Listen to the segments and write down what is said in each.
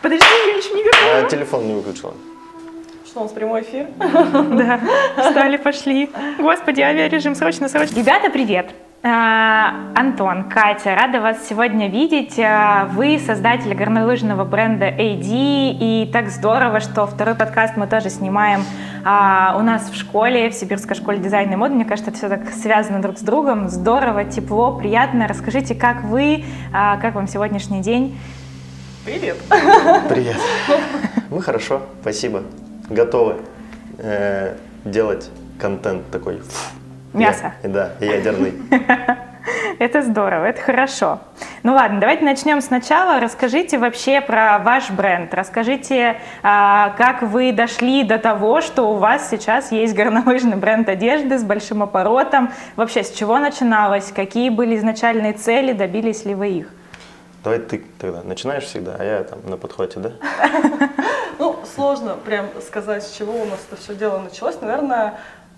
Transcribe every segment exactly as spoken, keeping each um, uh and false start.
Подожди, я еще не говорила. А телефон не выключила. Что, у нас прямой эфир? Да, встали, пошли. Господи, авиарежим, срочно, срочно. Ребята, привет. А, Антон, Катя, рада вас сегодня видеть. А, Вы создатели горнолыжного бренда эй ди, и так здорово, что второй подкаст мы тоже снимаем а, у нас в школе, в Сибирской школе дизайна и моды. Мне кажется, это все так связано друг с другом. Здорово, тепло, приятно. Расскажите, как вы, а, как вам сегодняшний день? Привет. Привет. Мы хорошо, спасибо. Готовы э, делать контент такой. Мясо. Я, да, ядерный. Это здорово, это хорошо. Ну ладно, давайте начнем сначала. Расскажите вообще про ваш бренд. Расскажите, а, как вы дошли до того, что у вас сейчас есть горнолыжный бренд одежды с большим оборотом. Вообще, с чего начиналось? Какие были изначальные цели? Добились ли вы их? Давай ты тогда начинаешь всегда, а я там на подхвате, да? Ну, сложно прям сказать, с чего у нас это все дело началось. Наверное,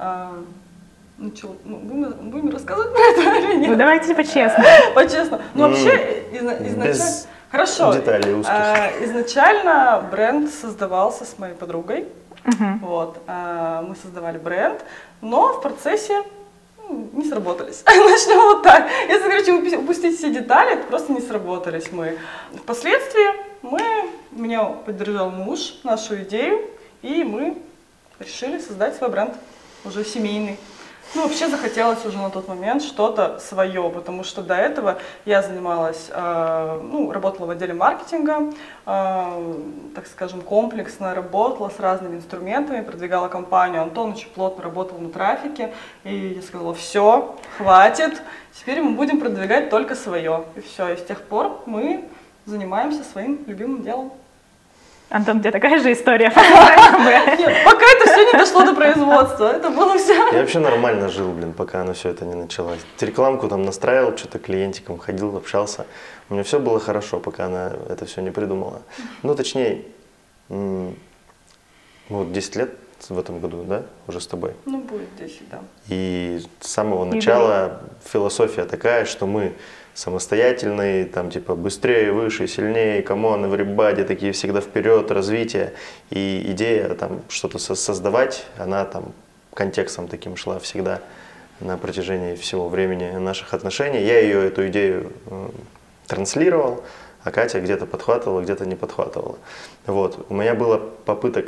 начало, ну, будем, будем рассказывать про это или нет? Ну, давайте по-честному. По-честному. Ну, вообще, изначально... Без Хорошо. деталей узких. Изначально бренд создавался с моей подругой. Мгм. Вот. Мы создавали бренд, но в процессе ну, не сработались. Начнем вот так. Если, короче, упустить все детали, то просто не сработались мы. Впоследствии мы, меня поддержал муж, нашу идею, и мы решили создать свой бренд, уже семейный. Ну, вообще захотелось уже на тот момент что-то свое, потому что до этого я занималась, э, ну, работала в отделе маркетинга, э, так скажем, комплексно работала с разными инструментами, продвигала компанию. Антон очень плотно работал на трафике, и я сказала, все, хватит, теперь мы будем продвигать только свое. И все, и с тех пор мы занимаемся своим любимым делом. Антон, у тебя такая же история? Нет, пока это все не дошло до производства, это было все. Я вообще нормально жил, блин, пока оно все это не началось. Рекламку там настраивал, что-то клиентиком ходил, общался. У меня все было хорошо, пока она это все не придумала. Ну, точнее, м- вот десять лет в этом году, да, уже с тобой. Ну, будет десять, да. И с самого начала философия такая, что мы самостоятельные, там типа быстрее, выше, сильнее, камон, everybody, такие всегда вперед, развитие. И идея там что-то создавать, она там контекстом таким шла всегда на протяжении всего времени наших отношений. Я ее, эту идею э, транслировал, а Катя где-то подхватывала, где-то не подхватывала. Вот. У меня было попыток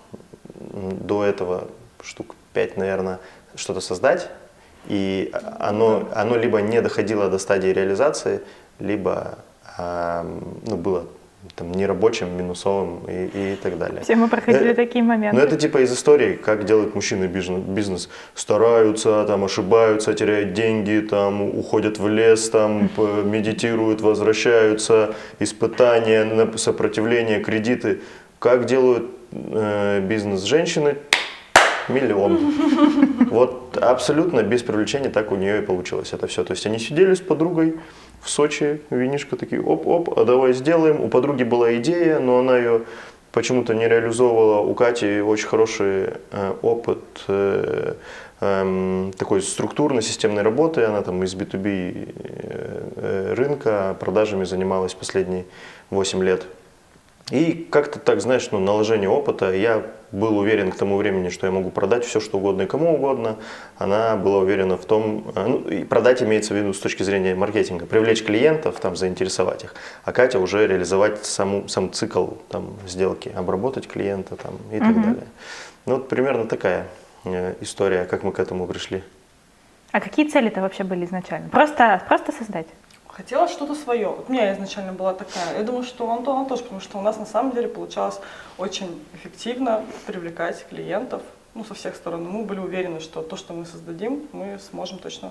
до этого штук пять, наверное, что-то создать. И оно, оно либо не доходило до стадии реализации, либо э, ну, было там, нерабочим, минусовым и, и так далее. Все мы проходили э, такие моменты. Но это типа из истории, как делают мужчины бизнес, бизнес. Стараются, там, ошибаются, теряют деньги, там, уходят в лес, там, медитируют, возвращаются, испытания, сопротивление, кредиты. Как делают э, бизнес женщины? Миллион. Вот абсолютно без привлечения так у нее и получилось это все. То есть они сидели с подругой в Сочи, винишко такие, оп-оп, а давай сделаем. У подруги была идея, но она ее почему-то не реализовывала. У Кати очень хороший э, опыт э, э, такой структурно-системной работы. Она там из би ту би э, рынка продажами занималась последние восемь лет. И как-то так, знаешь, ну, наложение опыта, я был уверен к тому времени, что я могу продать все, что угодно и кому угодно. Она была уверена в том, ну, и продать имеется в виду с точки зрения маркетинга, привлечь клиентов, там, заинтересовать их. А Катя уже реализовать саму, сам цикл там, сделки, обработать клиента там, и так uh-huh. далее. Ну, вот примерно такая э, история, как мы к этому пришли. А какие цели-то вообще были изначально? Просто, просто создать? Хотела что-то свое. Вот у меня изначально была такая. Я думаю, что у Антона тоже, потому что у нас на самом деле получалось очень эффективно привлекать клиентов, ну, со всех сторон. Мы были уверены, что то, что мы создадим, мы сможем точно.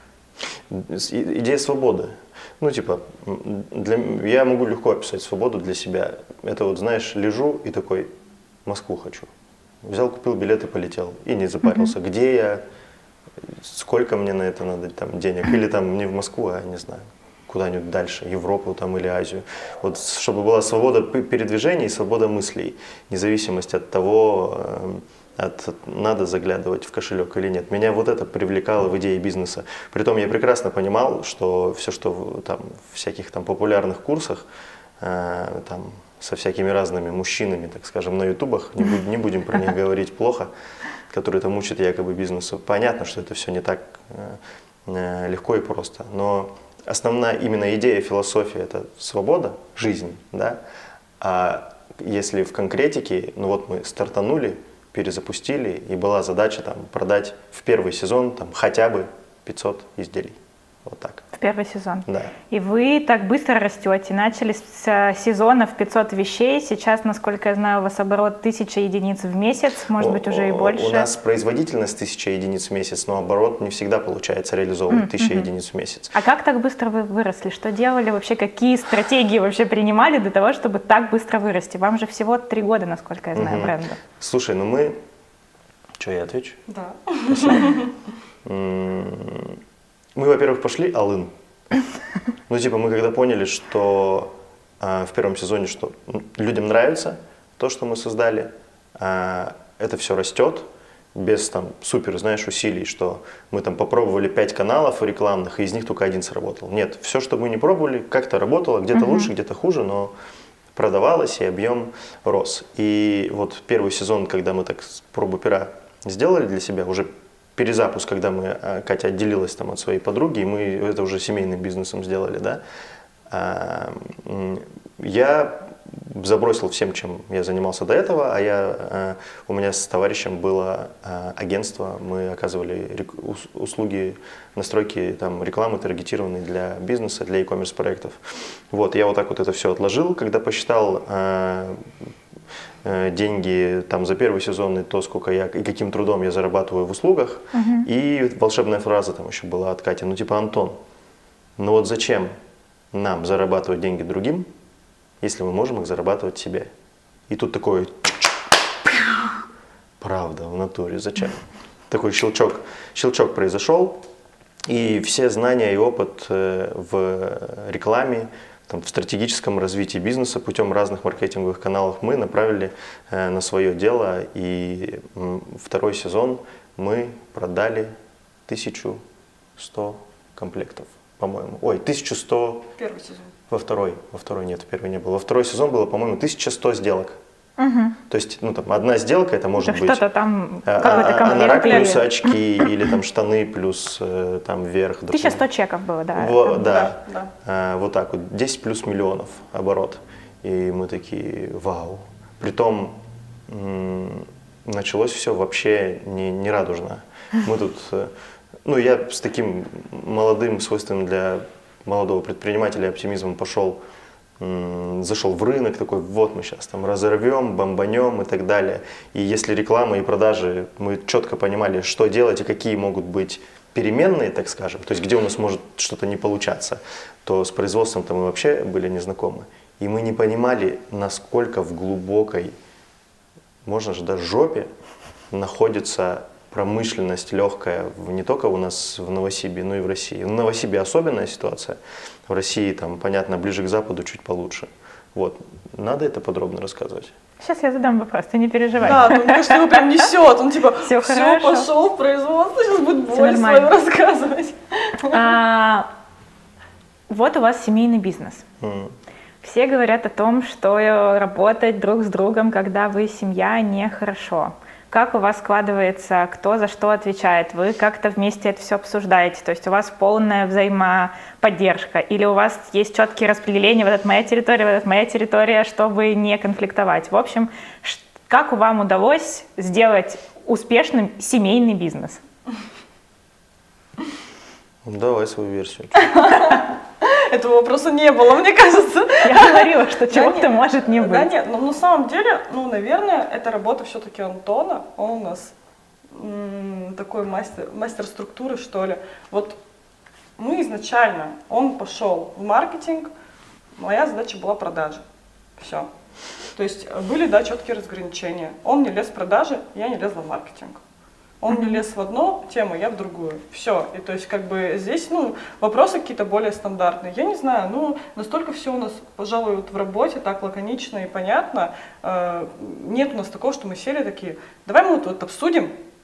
Идея свободы. Ну, типа, для, я могу легко описать свободу для себя. Это вот, знаешь, лежу и такой, Москву хочу. Взял, купил билет и полетел. И не запарился. Mm-hmm. Где я, сколько мне на это надо там, денег. Или там не в Москву, а не знаю. Куда-нибудь дальше, Европу там, или Азию. Вот, чтобы была свобода передвижения и свобода мыслей, независимость от того, от, надо заглядывать в кошелек или нет. Меня вот это привлекало в идее бизнеса. Притом я прекрасно понимал, что все, что в там, всяких там популярных курсах, э, там, со всякими разными мужчинами, так скажем, на ютубах, не, буд, не будем про них говорить плохо, которые там учат якобы бизнесу. Понятно, что это все не так э, легко и просто, но основная именно идея, философия – это свобода, жизнь, да, а если в конкретике, ну вот мы стартанули, перезапустили, и была задача там продать в первый сезон там хотя бы пятьсот изделий. Вот так. В первый сезон. Да. И вы так быстро растете. Начали с сезона в пятьсот вещей. Сейчас, насколько я знаю, у вас оборот тысяча единиц в месяц, может о, быть, уже и о, больше. У нас производительность тысяча единиц в месяц, но оборот не всегда получается реализовывать тысяча mm-hmm. единиц в месяц. А как так быстро вы выросли? Что делали вообще? Какие стратегии вообще принимали для того, чтобы так быстро вырасти? Вам же всего три года, насколько я знаю, mm-hmm. бренду. Слушай, ну мы... Что, я отвечу? Да. Мы, во-первых, пошли all-in. Ну, типа, мы когда поняли, что э, в первом сезоне, что людям нравится то, что мы создали, э, это все растет, без там супер, знаешь, усилий, что мы там попробовали пять каналов рекламных, и из них только один сработал. Нет, все, что мы не пробовали, как-то работало, где-то uh-huh. лучше, где-то хуже, но продавалось, и объем рос. И вот первый сезон, когда мы так пробу пера сделали для себя, уже перезапуск, когда мы, Катя отделилась там от своей подруги, и мы это уже семейным бизнесом сделали, да, я забросил всем, чем я занимался до этого, а я, у меня с товарищем было агентство, мы оказывали услуги настройки там, рекламы таргетированной для бизнеса, для e-commerce проектов. Вот, я вот так вот это все отложил, когда посчитал деньги там за первый сезон и то, сколько я и каким трудом я зарабатываю в услугах. Uh-huh. И волшебная фраза там еще была от Кати, ну типа: Антон, ну вот зачем нам зарабатывать деньги другим, если мы можем их зарабатывать себе? И тут такой, правда, в натуре, зачем? Такой щелчок, щелчок произошел, и все знания и опыт в рекламе, там, в стратегическом развитии бизнеса путем разных маркетинговых каналов мы направили э, на свое дело. И м, второй сезон мы продали тысячу сто комплектов, по-моему. Ой, тысячу сто... Первый сезон. Во второй. Во второй нет, в первый не было. Во второй сезон было, по-моему, тысяча сто сделок. Угу. То есть, ну, там, одна сделка, это может это быть что-то там, а, какой-то комплект. Анорак плюс очки, или там штаны плюс э, там вверх. тысяча сто чеков было, да? Во, там, да, да, да. А, вот так вот, десять плюс миллионов оборот. И мы такие, вау. Притом м- началось все вообще не, не радужно. Мы тут, ну, я с таким молодым, свойственным для молодого предпринимателя оптимизмом пошел, зашел в рынок, такой, вот мы сейчас там разорвем, бомбанем и так далее. И если реклама и продажи, мы четко понимали, что делать и какие могут быть переменные, так скажем, то есть где у нас может что-то не получаться, то с производством-то мы вообще были незнакомы. И мы не понимали, насколько в глубокой, можно же даже жопе, находится промышленность легкая не только у нас в Новосибе, но и в России. В Новосибе особенная ситуация. В России, там, понятно, ближе к Западу чуть получше. Вот. Надо это подробно рассказывать? Сейчас я задам вопрос, ты не переживай. Да, он, кажется, его прям несет. Он типа, все, все пошел в производство, сейчас будет боль свою рассказывать. А, вот у вас семейный бизнес. Mm. Все говорят о том, что работать друг с другом, когда вы семья, нехорошо. Как у вас складывается, кто за что отвечает? Вы как-то вместе это все обсуждаете? То есть у вас полная взаимоподдержка? Или у вас есть четкие распределения, вот это моя территория, вот это моя территория, чтобы не конфликтовать? В общем, как вам удалось сделать успешным семейный бизнес? Давай свою версию. Этого вопроса не было, мне кажется. Я говорила, что чего-то может не быть. Да нет, но на самом деле, ну, наверное, это работа все-таки Антона. Он у нас м- такой мастер, мастер структуры, что ли. Вот мы изначально, он пошел в маркетинг, моя задача была продажи. Все. То есть были, да, четкие разграничения. Он не лез в продажи, я не лезла в маркетинг. Он не лез в одну тему, я в другую. Все. И то есть как бы здесь, ну, вопросы какие-то более стандартные. Я не знаю, ну, настолько все у нас, пожалуй, вот в работе так лаконично и понятно. Э, нет у нас такого, что мы сели такие, давай мы вот, вот обсудим,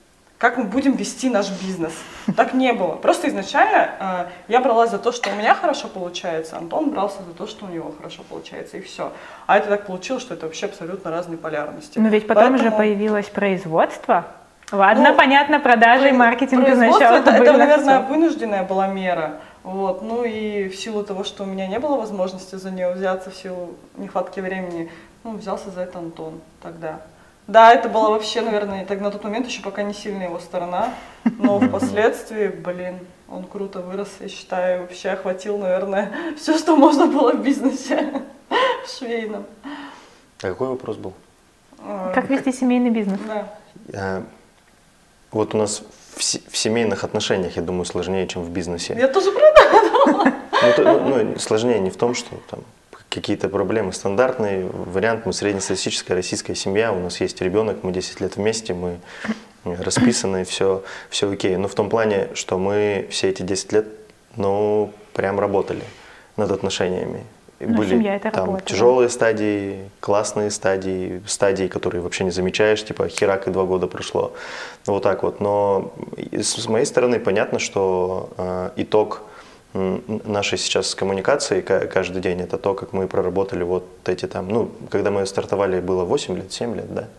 как мы будем вести наш бизнес. Так не было. Просто изначально э, я бралась за то, что у меня хорошо получается, Антон брался за то, что у него хорошо получается, и все. А это так получилось, что это вообще абсолютно разные полярности. Но ведь потом Поэтому... же появилось производство. Ладно, ну, понятно, продажи и маркетинг изначально это, были это, наверное, все. вынужденная была мера. Вот. Ну и в силу того, что у меня не было возможности за нее взяться, в силу нехватки времени, ну, взялся за это Антон тогда. Да, это было вообще, наверное, так на тот момент еще пока не сильная его сторона, но впоследствии, блин, он круто вырос, я считаю, вообще охватил, наверное, все, что можно было в бизнесе швейном. А какой вопрос был? Как вести семейный бизнес? Да. Вот у нас в, в семейных отношениях, я думаю, сложнее, чем в бизнесе. Я тоже про это думала. Ну, то, ну, ну, сложнее не в том, что там какие-то проблемы. Стандартный вариант, мы среднестатистическая российская семья, у нас есть ребенок, мы десять лет вместе, мы расписаны, все, все окей. Но в том плане, что мы все эти десять лет, ну, прям работали над отношениями. Ну, были семья, это там работа, тяжелые да. стадии, классные стадии, стадии, которые вообще не замечаешь, типа херак и два года прошло. Вот так вот. Но с моей стороны понятно, что э, итог нашей сейчас коммуникации каждый день это то, как мы проработали вот эти там, ну, когда мы стартовали, было восемь лет, семь лет, да?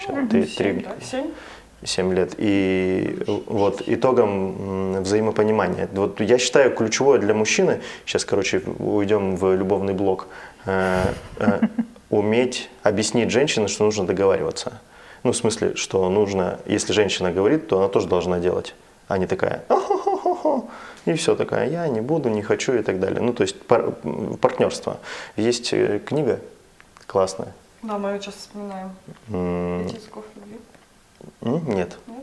семь семь лет. И вот итогом взаимопонимания. Вот я считаю, ключевое для мужчины, сейчас, короче, уйдем в любовный блок, э, э, уметь объяснить женщине, что нужно договариваться. Ну, в смысле, что нужно, если женщина говорит, то она тоже должна делать, а не такая «О-хо-хо-хо-хо». И все такая, я не буду, не хочу и так далее. Ну, то есть пар партнерство. Есть книга классная. Да, мы ее сейчас вспоминаем. Mm. Пять языков любви. Нет. Нет?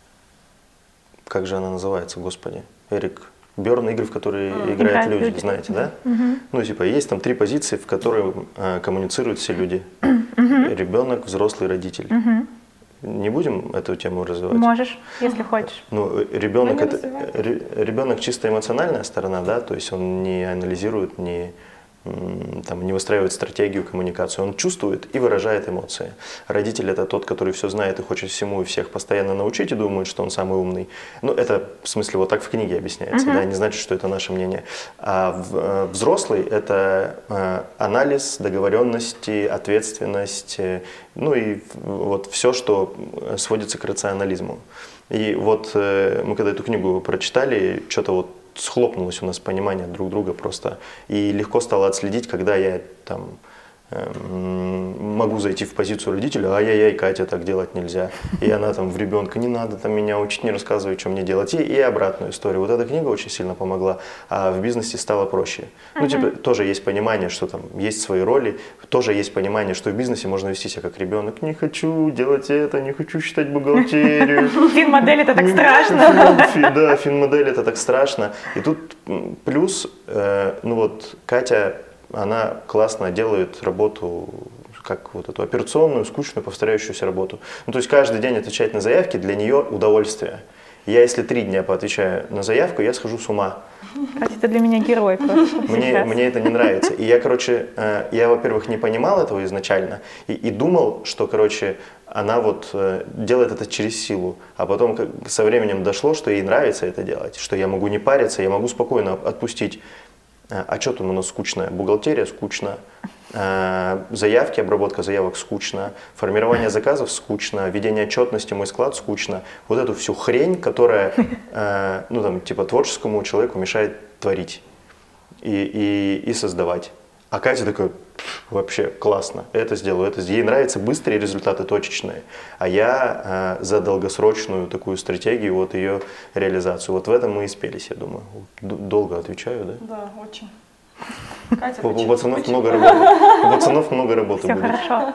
Как же она называется, господи? Эрик Бёрн, игры, в которые а, играют, играют люди, люди, знаете, да? Угу. Ну, типа, есть там три позиции, в которые э, коммуницируют все люди. Угу. Ребенок, взрослый, родитель. Угу. Не будем эту тему развивать? Можешь, если хочешь. Ну, ребенок это развиваем. ребенок чисто эмоциональная сторона, да, то есть он не анализирует, не там, не выстраивает стратегию, коммуникацию, он чувствует и выражает эмоции. Родитель это тот, который все знает и хочет всему и всех постоянно научить и думает, что он самый умный. Ну, это в смысле вот так в книге объясняется, uh-huh. да, не значит, что это наше мнение. А в, взрослый это э, анализ, договоренности, ответственность, э, ну и вот все, что сводится к рационализму. И вот э, мы когда эту книгу прочитали, что-то вот схлопнулось у нас понимание друг друга просто. И легко стало отследить, когда я там эм, могу зайти в позицию родителя, ай-яй-яй, Катя, так делать нельзя. И она там в ребенка, не надо там меня учить, не рассказывай, что мне делать. И, и обратную историю. Вот эта книга очень сильно помогла, а в бизнесе стало проще. Uh-huh. Ну, типа, тоже есть понимание, что там есть свои роли, тоже есть понимание, что в бизнесе можно вести себя как ребенок. Не хочу делать это, не хочу считать бухгалтерию. Финмодель это так страшно. Да, финмодель это так страшно. И тут плюс, ну вот, Катя, она классно делает работу, как вот эту операционную, скучную, повторяющуюся работу. Ну, то есть каждый день отвечать на заявки для нее удовольствие. Я если три дня поотвечаю на заявку, я схожу с ума. Кстати, это для меня герой просто. Мне, мне это не нравится. И я, короче, я, во-первых, не понимал этого изначально и, и думал, что, короче, она вот делает это через силу. А потом как, со временем дошло, что ей нравится это делать, что я могу не париться, я могу спокойно отпустить. А что там у нас скучно? Бухгалтерия скучно, заявки, обработка заявок скучно, формирование заказов скучно, ведение отчетности, мой склад скучно. Вот эту всю хрень, которая, ну там, типа творческому человеку мешает творить и, и, и создавать. А Катя такая, вообще классно, это сделаю, это сделаю. Ей нравятся быстрые результаты, точечные, а я э, за долгосрочную такую стратегию, вот ее реализацию. Вот в этом мы и спелись, я думаю. Долго отвечаю, да? Да, очень. Катя, у, у пацанов много работы. У пацанов много работы Все будет. хорошо.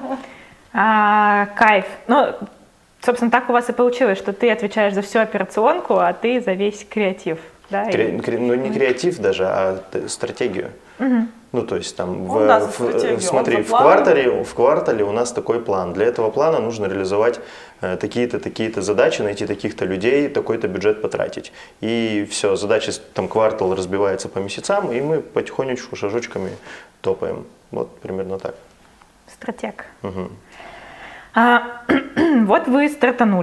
А, кайф. Ну, собственно, так у вас и получилось, что ты отвечаешь за всю операционку, а ты за весь креатив. Да? Кре, и... кре, ну, не креатив даже, а стратегию. Угу. Ну, то есть там, в, да, в, смотри, в квартале, в квартале у нас такой план. Для этого плана нужно реализовать э, такие-то, такие-то задачи, найти таких-то людей, такой-то бюджет потратить. И все, задача, там, квартал разбивается по месяцам, и мы потихонечку, шажочками топаем. Вот примерно так. Стратег. Угу. А, вот вы стартанули.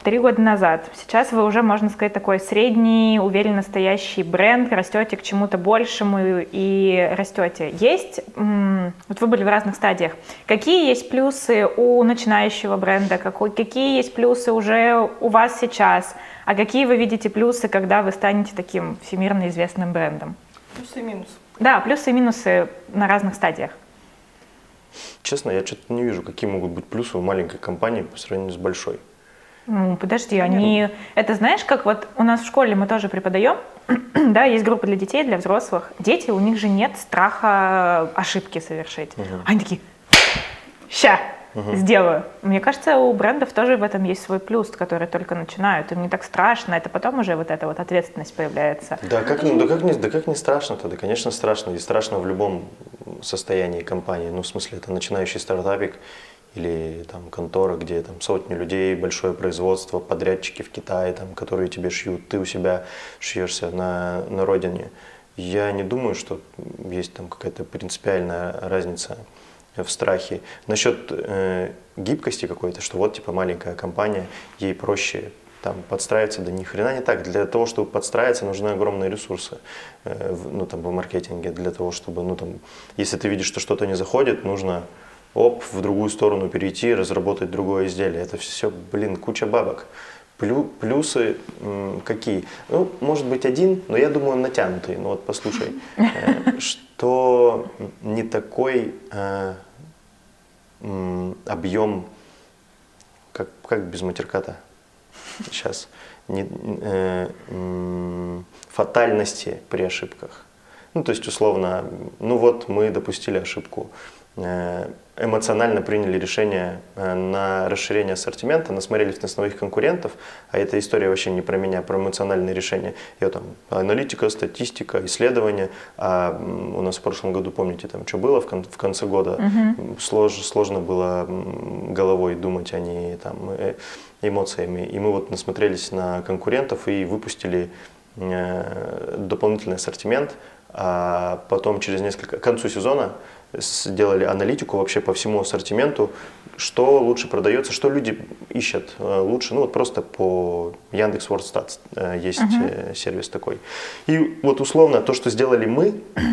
три года назад. Сейчас вы уже, можно сказать, такой средний, уверенно стоящий бренд, растете к чему-то большему и растете. Есть, вот вы были в разных стадиях, какие есть плюсы у начинающего бренда, какой, какие есть плюсы уже у вас сейчас, а какие вы видите плюсы, когда вы станете таким всемирно известным брендом? Плюсы и минусы. Да, плюсы и минусы на разных стадиях. Честно, я что-то не вижу, какие могут быть плюсы у маленькой компании по сравнению с большой. Ну, подожди, они... Это знаешь, как вот у нас в школе мы тоже преподаем, да, есть группа для детей, для взрослых. Дети, у них же нет страха ошибки совершить. Угу. Они такие, ща, угу. сделаю. Мне кажется, у брендов тоже в этом есть свой плюс, которые только начинают. Им не так страшно, это потом уже вот эта вот ответственность появляется. Да как, ну, да как, не, да как не страшно-то? Да, конечно, страшно. И страшно в любом состоянии компании. Ну, в смысле, это начинающий стартапик или там контора, где там сотни людей, большое производство, подрядчики в Китае, там, которые тебе шьют, ты у себя шьешься на, на родине. Я не думаю, что есть там какая-то принципиальная разница в страхе. Насчет э, гибкости какой-то, что вот типа маленькая компания, ей проще там подстраиваться, да ни хрена не так. Для того, чтобы подстраиваться, нужны огромные ресурсы, э, в, ну там в маркетинге, для того, чтобы, ну там, если ты видишь, что что-то не заходит, нужно оп, в другую сторону перейти, разработать другое изделие. Это все, блин, куча бабок. Плю, плюсы м, какие? Ну, может быть один, но я думаю, он натянутый. Ну вот послушай, э, что не такой э, м, объем, как, как без матерка-то сейчас, не, э, м, фатальности при ошибках. Ну, то есть, условно, ну вот мы допустили ошибку. Эмоционально приняли решение на расширение ассортимента, насмотрелись на своих конкурентов, а эта история вообще не про меня, про эмоциональные решения. Я там аналитика, статистика, исследования, а у нас в прошлом году, помните, там что было в, кон в конце года, угу. Слож сложно было головой думать, а не там эмоциями. И мы вот насмотрелись на конкурентов и выпустили дополнительный ассортимент, а потом через несколько, к концу сезона сделали аналитику вообще по всему ассортименту, что лучше продается, что люди ищут лучше, ну вот просто по Яндекс.Вордстат есть uh-huh. сервис такой. И вот условно то, что сделали мы,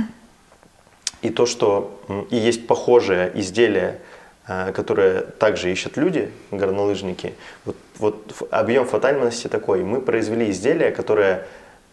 и то, что и есть похожее изделие, которое также ищут люди, горнолыжники, вот, вот объем фатальности такой. Мы произвели изделие, которое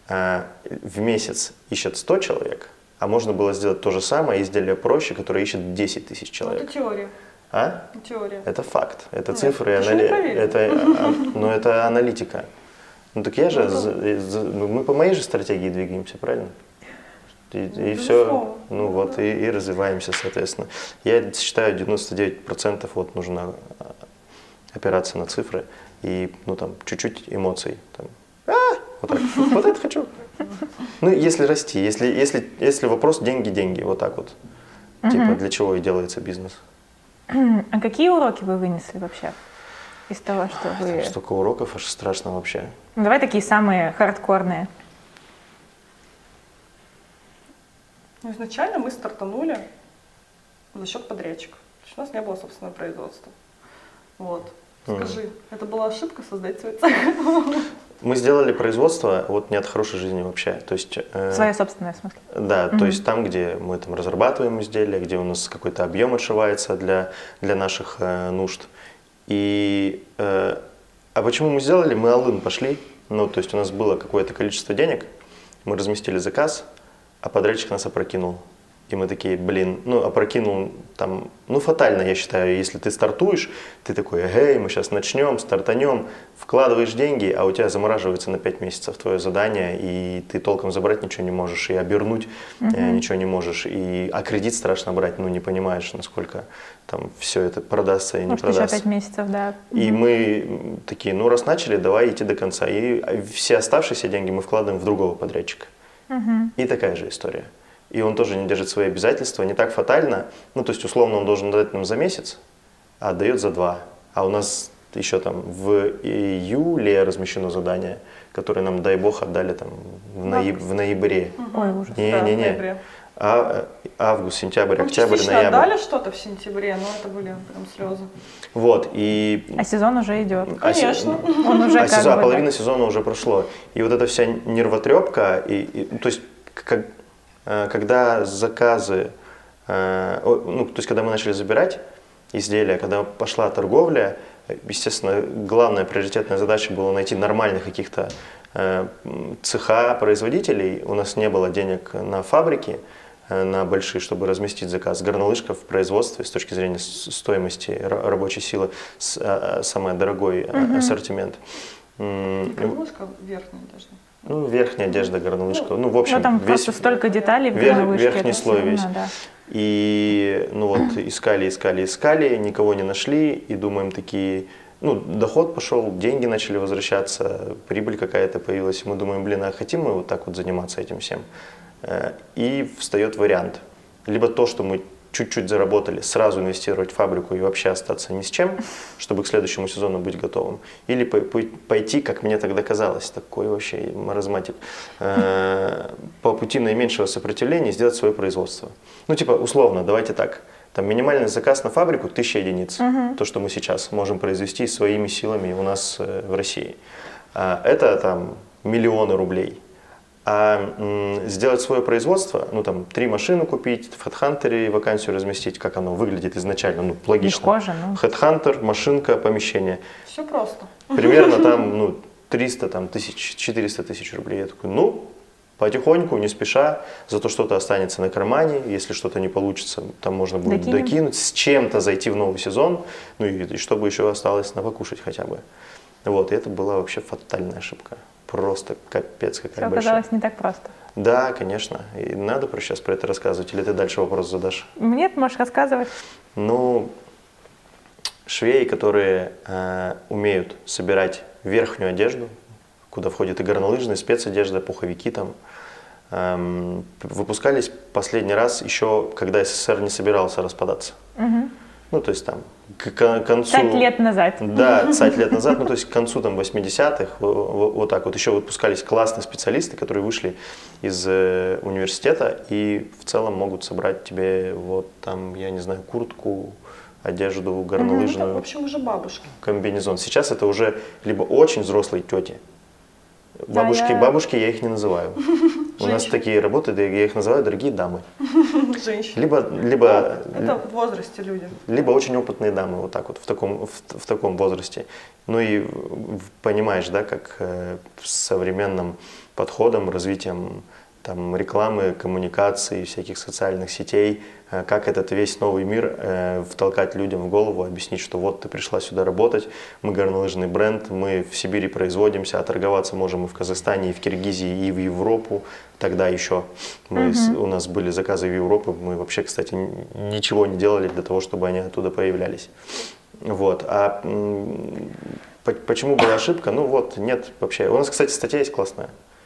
в месяц ищет сто человек, а можно было сделать то же самое, изделие проще, которое ищет десять тысяч человек. Это теория. А? Теория. Это факт, это Нет, цифры, анали... это, но это аналитика. Ну так я же, ну, мы по моей же стратегии двигаемся, правильно? И, и все, ну вот, и, и развиваемся, соответственно. Я считаю, девяносто девять процентов вот нужно опираться на цифры и, ну там, чуть-чуть эмоций. Там. А, вот так, вот это хочу. Ну, если расти, если, если, если вопрос деньги-деньги, вот так вот. Uh-huh. Типа, для чего и делается бизнес. А какие уроки вы вынесли вообще из того, что вы... Там столько уроков, аж страшно вообще. Ну, давай такие самые хардкорные. Ну, изначально мы стартанули за счет подрядчиков. То есть у нас не было собственного производства. Вот. Скажи, mm. это была ошибка создать свой цех? Мы сделали производство вот не от хорошей жизни вообще. То есть, э, Свое собственное, в смысле? Да, mm-hmm. то есть там, где мы там разрабатываем изделия, где у нас какой-то объем отшивается для, для наших э, нужд. И, э, а почему мы сделали? Мы all-in пошли. Ну, то есть у нас было какое-то количество денег, мы разместили заказ, а подрядчик нас опрокинул. И мы такие, блин, ну опрокинул там, ну фатально, я считаю, если ты стартуешь, ты такой, эй, мы сейчас начнем, стартанем, вкладываешь деньги, а у тебя замораживается на пять месяцев твое задание, и ты толком забрать ничего не можешь, и обернуть uh-huh. э, ничего не можешь, и, а кредит страшно брать, ну не понимаешь, насколько там все это продастся и Может, не продастся. еще пять месяцев, да. И uh-huh. мы такие, ну раз начали, давай идти до конца, и все оставшиеся деньги мы вкладываем в другого подрядчика. Uh-huh. И такая же история. И он тоже не держит свои обязательства, не так фатально. Ну, то есть, условно, он должен дать нам за месяц, а отдает за два. А у нас еще там в июле размещено задание, которое нам, дай бог, отдали там в, нояб... в ноябре. Ой, ужас. Не-не-не. А, август, сентябрь, Ну, октябрь, частично ноябрь. отдали что-то в сентябре, но это были прям слезы. Вот, и... А сезон уже идет. а се- Конечно. Он уже а как сезон- а бы, половина да. сезона уже прошло. И вот эта вся нервотрепка, и, и, то есть, как, э, когда заказы, э, о, ну, то есть, когда мы начали забирать изделия, когда пошла торговля, естественно, главная приоритетная задача была найти нормальных каких-то э, цеха производителей. У нас не было денег на фабрики, э, на большие, чтобы разместить заказ. Горнолыжка в производстве с точки зрения с- стоимости ра- рабочей силы с- э, самый дорогой э, ассортимент. М, Горнолыжка верхняя даже. Ну, верхняя одежда, горнолыжка. Ну, в общем, Ну, там весь просто столько деталей в вер- горнолыжке, верхний это слой всё весь. равно, да. И, ну вот, искали, искали, искали, никого не нашли, и думаем такие, ну, доход пошел, деньги начали возвращаться, прибыль какая-то появилась, и мы думаем, блин, а хотим мы вот так вот заниматься этим всем? Э, И встает вариант, либо то, что мы чуть-чуть заработали, сразу инвестировать в фабрику и вообще остаться ни с чем, чтобы к следующему сезону быть готовым. Или по- по- пойти, как мне тогда казалось, такой вообще маразматик, э, по пути наименьшего сопротивления сделать свое производство. Ну, типа, условно, давайте так, там минимальный заказ на фабрику тысяча единиц, то, что мы сейчас можем произвести своими силами у нас э, в России. А это там миллионы рублей. А м, сделать свое производство, ну там три машины купить, в HeadHunter вакансию разместить, как оно выглядит изначально, ну логично. Легко же, ну. HeadHunter, машинка, помещение. Все просто. Примерно там ну, триста там, тысяч, четыреста тысяч рублей. Я такой, ну, потихоньку, не спеша, зато что-то останется на кармане, если что-то не получится, там можно будет Докинем. докинуть, с чем-то зайти в новый сезон, ну и, и чтобы еще осталось на покушать хотя бы. Вот, и это была вообще фатальная ошибка. Просто капец Все какая большая. оказалось не так просто. Да, конечно. И надо про сейчас про это рассказывать, или ты дальше вопрос задашь? Мне ты можешь рассказывать. Ну, швеи, которые э, умеют собирать верхнюю одежду, куда входит и горнолыжная, спецодежда, пуховики там, эм, выпускались последний раз еще, когда СССР не собирался распадаться. Мгм. Ну, то есть там к к концу... Пять лет назад. Да, пять лет назад, ну то есть к концу там восьмидесятых, во- во- вот так вот, еще выпускались классные специалисты, которые вышли из э, университета и в целом могут собрать тебе вот там, я не знаю, куртку, одежду, Ну, горнолыжную, в общем, уже бабушки. комбинезон. Сейчас это уже либо очень взрослые тети, Да, бабушки, я- бабушки я их не называю. У нас Женщины. такие работают, я их называю дорогие дамы. Женщины. Либо, либо Это в возрасте люди. либо очень опытные дамы, вот так вот, в таком, в, в таком возрасте. Ну и в- понимаешь, да, как э, с современным подходом, развитием там, рекламы, коммуникации, всяких социальных сетей, э, как этот весь новый мир э, втолкать людям в голову, объяснить, что вот ты пришла сюда работать, мы горнолыжный бренд, мы в Сибири производимся, а торговаться можем и в Казахстане, и в Киргизии, и в Европу. Тогда еще мы, с- у нас были заказы в Европу, мы вообще, кстати, н- ничего не делали для того, чтобы они оттуда появлялись. Вот. А м, по- почему была ошибка? Ну вот, нет вообще. У нас, кстати, статья есть классная.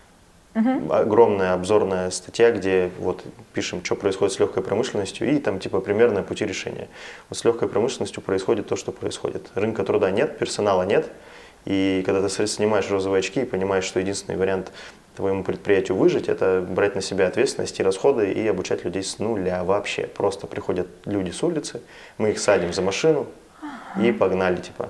Огромная обзорная статья, где вот пишем, что происходит с легкой промышленностью и там типа примерные пути решения. Вот с легкой промышленностью происходит то, что происходит. Рынка труда нет, персонала нет. И когда ты с- снимаешь розовые очки и понимаешь, что единственный вариант твоему предприятию выжить, это брать на себя ответственность и расходы и обучать людей с нуля вообще. Просто приходят люди с улицы, мы их садим за машину и погнали типа.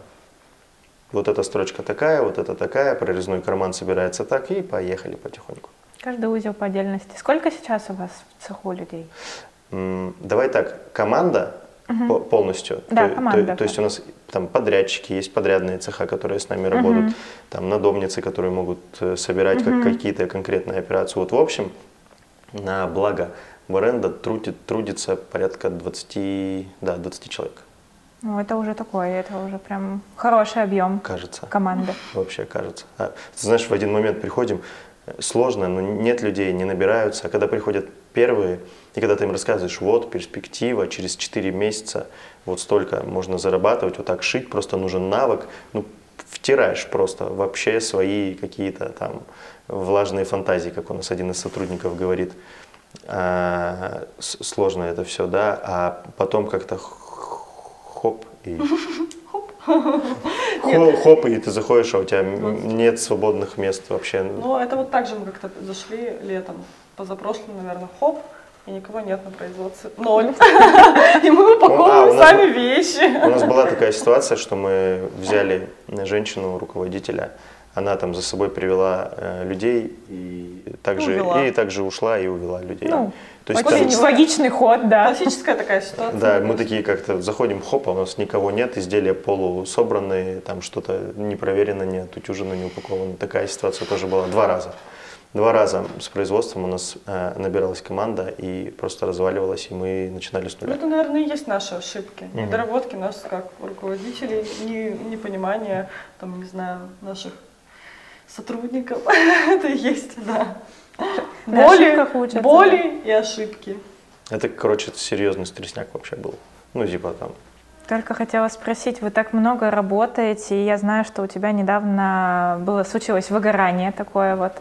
Вот эта строчка такая, вот эта такая, прорезной карман собирается так, и поехали потихоньку. Каждый узел по отдельности. Сколько сейчас у вас в цеху людей? М, Давай так, команда по- полностью. Да, то, команда, то- то есть да. у нас там подрядчики, есть подрядные цеха, которые с нами работают, там надомницы, которые могут э, собирать как, какие-то конкретные операции. Вот в общем, на благо бренда трудит, трудится порядка двадцати, да, двадцати человек, Ну, это уже такое, это уже прям хороший объем кажется. команды. Вообще кажется. А, ты знаешь, в один момент приходим, э, сложно, но нет людей, не набираются. А когда приходят первые, и когда ты им рассказываешь, вот перспектива, через четыре месяца вот столько можно зарабатывать, вот так шить, просто нужен навык, ну, втираешь просто вообще свои какие-то там влажные фантазии, как у нас один из сотрудников говорит. А, с- сложно это все, да, а потом как-то хоп и... Хо- Хоп, и ты заходишь, а у тебя м- нет свободных мест вообще. Ну, это вот так же мы как-то зашли летом, позапрошлым, наверное, хоп, и никого нет на производстве. Ноль. И мы упаковываем сами вещи. У нас была такая ситуация, что мы взяли женщину, руководителя, она там за собой привела э, людей и также, и также ушла и увела людей. Ну, то есть очень там, логичный ход, да. Классическая такая ситуация. Да, мы такие как-то заходим, хоп, а у нас никого нет, изделия полусобранные, там что-то не проверено, не отутюжено, не упаковано. Такая ситуация тоже была два раза. Два раза с производством у нас э, набиралась команда и просто разваливалась, и мы начинали с нуля. Ну, это, наверное, и есть наши ошибки. Угу. Недоработки нас как руководителей, не, непонимание, там, не знаю, наших сотрудников. Это и есть, да. Боли, боли и ошибки. Это, короче, серьезный стрессняк вообще был. Ну, типа там. Только хотела спросить, вы так много работаете, и я знаю, что у тебя недавно было, случилось выгорание такое вот.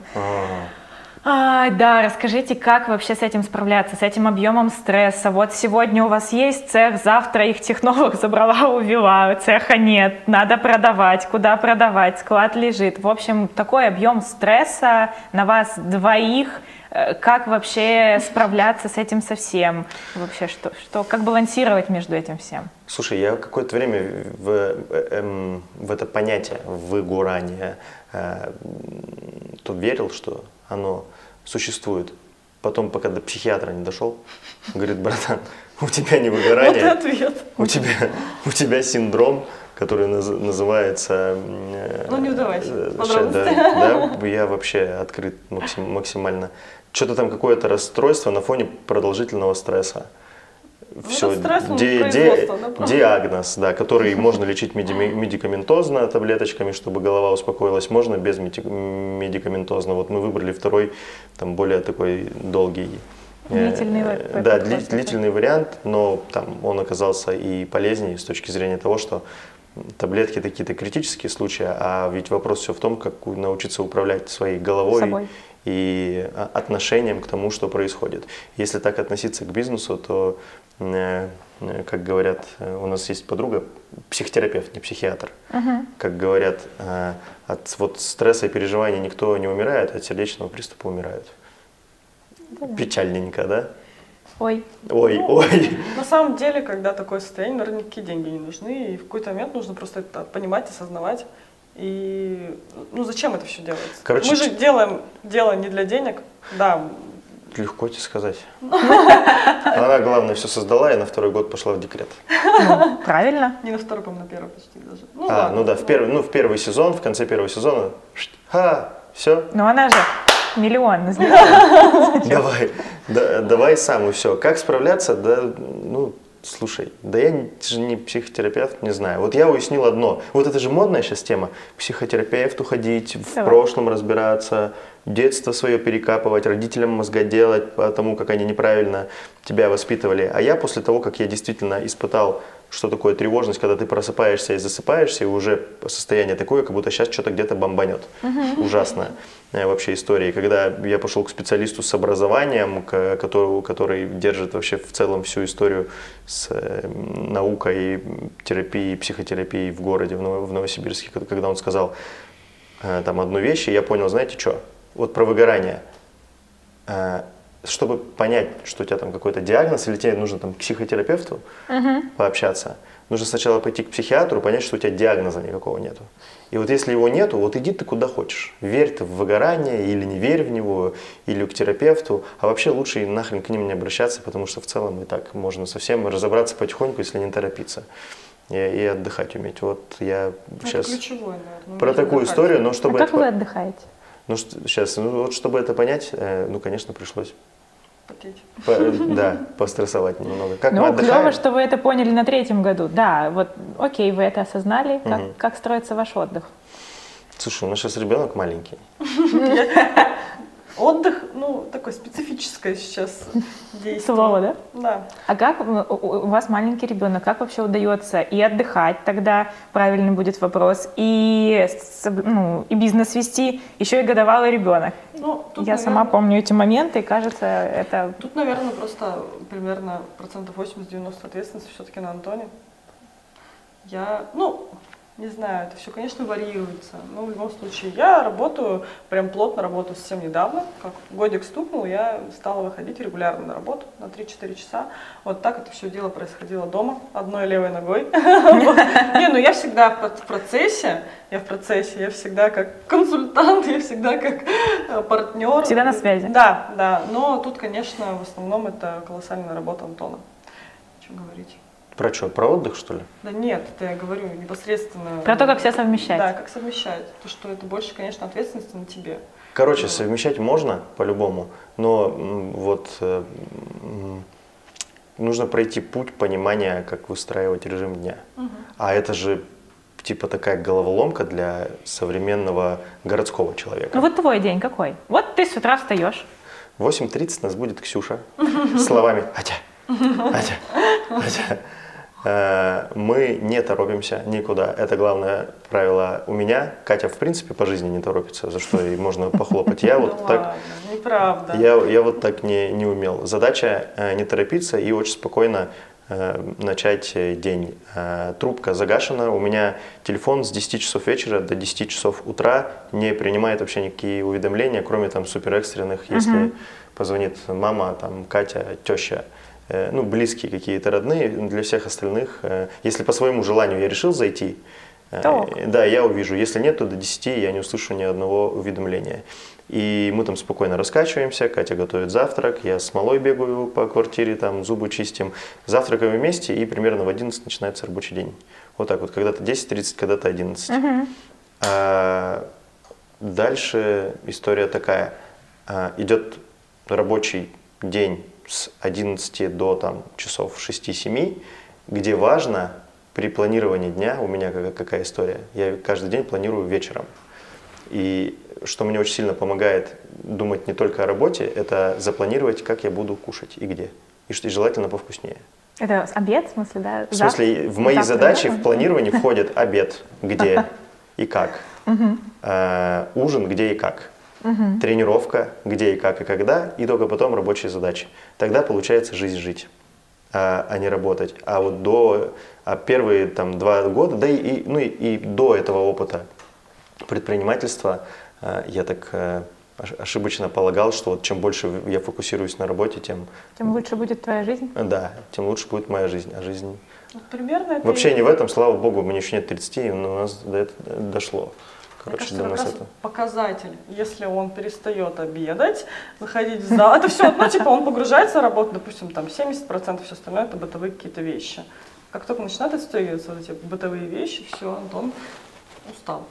А, да, расскажите, как вообще с этим справляться, с этим объемом стресса? Вот сегодня у вас есть цех, завтра их технолог забрала, увела, цеха нет, надо продавать, куда продавать, склад лежит. В общем, такой объем стресса на вас двоих. Как вообще справляться с этим совсем? Вообще, что, что, как балансировать между этим всем? Слушай, я какое-то время в, э, в это понятие выгорания э, тут верил, что оно существует. Потом, пока до психиатра не дошел, говорит: братан, у тебя не выгорание, вот ответ. У тебя, у тебя синдром, который наз, называется... Ну не удавайся, э, да, да, я вообще открыт максим, максимально. Что-то там какое-то расстройство на фоне продолжительного стресса. Все, ди, ди, да, диагноз, да, который можно лечить медикаментозно таблеточками, чтобы голова успокоилась, можно без медикаментозно. Вот мы выбрали второй, там более такой долгий, длительный, э, да, дли, длительный вариант, но там он оказался и полезнее с точки зрения того, что таблетки какие-то критические случаи, а ведь вопрос все в том, как научиться управлять своей головой. Собой. И отношением к тому, что происходит. Если так относиться к бизнесу, то, как говорят, у нас есть подруга, психотерапевт, не психиатр. Uh-huh. Как говорят, от вот стресса и переживаний никто не умирает, от сердечного приступа умирают. Uh-huh. Печальненько, да? Ой. Ой, ну, ой. На самом деле, когда такое состояние, наверное, никакие деньги не нужны, и в какой-то момент нужно просто это понимать, осознавать. И ну зачем это все делается? Короче, мы же делаем дело не для денег, да. Легко тебе сказать. Она, главное, все создала и на второй год пошла в декрет. Ну, правильно. Не на второй, по-моему, на первый почти даже. Ну, а, ладно, ну да, в первый, ну, в первый сезон, в конце первого сезона, ха, все. Ну она же миллион сделала. Давай, да, давай сам и все. Как справляться, да, ну... Слушай, да я же не психотерапевт, не знаю. Вот я уяснил одно. Вот это же модная сейчас тема. К психотерапевту ходить, в Давай. прошлом разбираться, детство свое перекапывать, родителям мозга делать по тому, как они неправильно тебя воспитывали. А я после того, как я действительно испытал, что такое тревожность, когда ты просыпаешься и засыпаешься, и уже состояние такое, как будто сейчас что-то где-то бомбанет. Угу. Ужасная вообще история. И когда я пошел к специалисту с образованием, который, который держит вообще в целом всю историю с наукой, терапией, психотерапией в городе, в Новосибирске, когда он сказал там одну вещь, и я понял, знаете что, вот про выгорание. Чтобы понять, что у тебя там какой-то диагноз, или тебе нужно там к психотерапевту uh-huh. пообщаться, нужно сначала пойти к психиатру, понять, что у тебя диагноза никакого нету. И вот если его нету, вот иди ты куда хочешь. Верь ты в выгорание, или не верь в него, или к терапевту. А вообще лучше и нахрен к ним не обращаться, потому что в целом и так можно совсем разобраться потихоньку, если не торопиться. И, и отдыхать уметь. Вот я это сейчас ключевое, наверное, про такую отдыхать. историю, но чтобы... А как это... вы отдыхаете? Ну, сейчас, ну, вот чтобы это понять, ну, конечно, пришлось потеть. По, да, пострессовать немного. Как ну, клево, что вы это поняли на третьем году. Да, вот, окей, вы это осознали. Как, угу. как строится ваш отдых? Слушай, у нас сейчас ребенок маленький. Отдых, ну, такое специфическое сейчас действие. Слово, да? Да. А как у вас маленький ребенок, как вообще удается и отдыхать, тогда правильный будет вопрос, и, ну, и бизнес вести, еще и годовалый ребенок? Ну, тут, Я наверное, сама помню эти моменты, и кажется, это... Тут, наверное, просто примерно процентов восемьдесят-девяносто ответственности все-таки на Антоне. Я, ну, Не знаю, это все, конечно, варьируется, но в любом случае я работаю, прям плотно работаю совсем недавно, как годик стукнул, я стала выходить регулярно на работу на три-четыре часа. Вот так это все дело происходило дома, одной левой ногой. Не, ну я всегда в процессе, я в процессе, я всегда как консультант, я всегда как партнер. Всегда на связи. Да, да, но тут, конечно, в основном это колоссальная работа Антона. О чем говорить? Про что, про отдых, что ли? Да нет, это я говорю непосредственно. Про то, как все совмещать. Да, как совмещать. То, что это больше, конечно, ответственности на тебе. Короче, совмещать можно по-любому, но вот э, нужно пройти путь понимания, как выстраивать режим дня. Угу. А это же типа такая головоломка для современного городского человека. Ну вот твой день какой? Вот ты с утра встаешь. В восемь тридцать нас будет Ксюша с словами «Атя, Атя, Атя». Мы не торопимся никуда. Это главное правило у меня. Катя, в принципе, по жизни не торопится, за что ей можно похлопать. Я вот так, неправда. Я, я вот так не, не умел. Задача не торопиться и очень спокойно начать день. Трубка загашена. У меня телефон с десяти часов вечера до десяти часов утра не принимает вообще никакие уведомления, кроме там суперэкстренных, если uh-huh. позвонит мама, там, Катя, теща. Ну, близкие какие-то, родные, для всех остальных. Если по своему желанию я решил зайти, то. Да, я увижу. Если нет, то до десяти я не услышу ни одного уведомления. И мы там спокойно раскачиваемся, Катя готовит завтрак, я с малой бегаю по квартире, там зубы чистим, завтракаем вместе, и примерно в одиннадцать начинается рабочий день. Вот так вот, когда-то десять тридцать, когда-то одиннадцать. Uh-huh. А дальше история такая. А, идет рабочий день с одиннадцати до там, часов шести-семи, где важно при планировании дня, у меня какая, какая история, я каждый день планирую вечером. И что мне очень сильно помогает думать не только о работе, это запланировать, как я буду кушать и где. И, и желательно повкуснее. Это обед, в смысле, да? В смысле, в мои задачи в планировании входит обед, где и как, ужин, где и как. Угу. Тренировка, где и как и когда, и только потом рабочие задачи. Тогда получается жизнь жить, а, а не работать. А вот до а первые там, два года, да и, и, ну, и, и до этого опыта предпринимательства а, я так а, ошибочно полагал, что вот чем больше я фокусируюсь на работе, тем... Тем лучше будет твоя жизнь? Да, тем лучше будет моя жизнь. А жизнь... Примерно это Вообще и... не в этом, слава богу, мне еще нет тридцати, но у нас до этого дошло. Короче, Мне кажется, как раз это... показатель, если он перестает обедать, выходить в зал, это все, ну, типа, он погружается в работу, допустим, там семьдесят процентов, все остальное это бытовые какие-то вещи. Как только начинают отстегиваться вот эти бытовые вещи, все, Антон устал.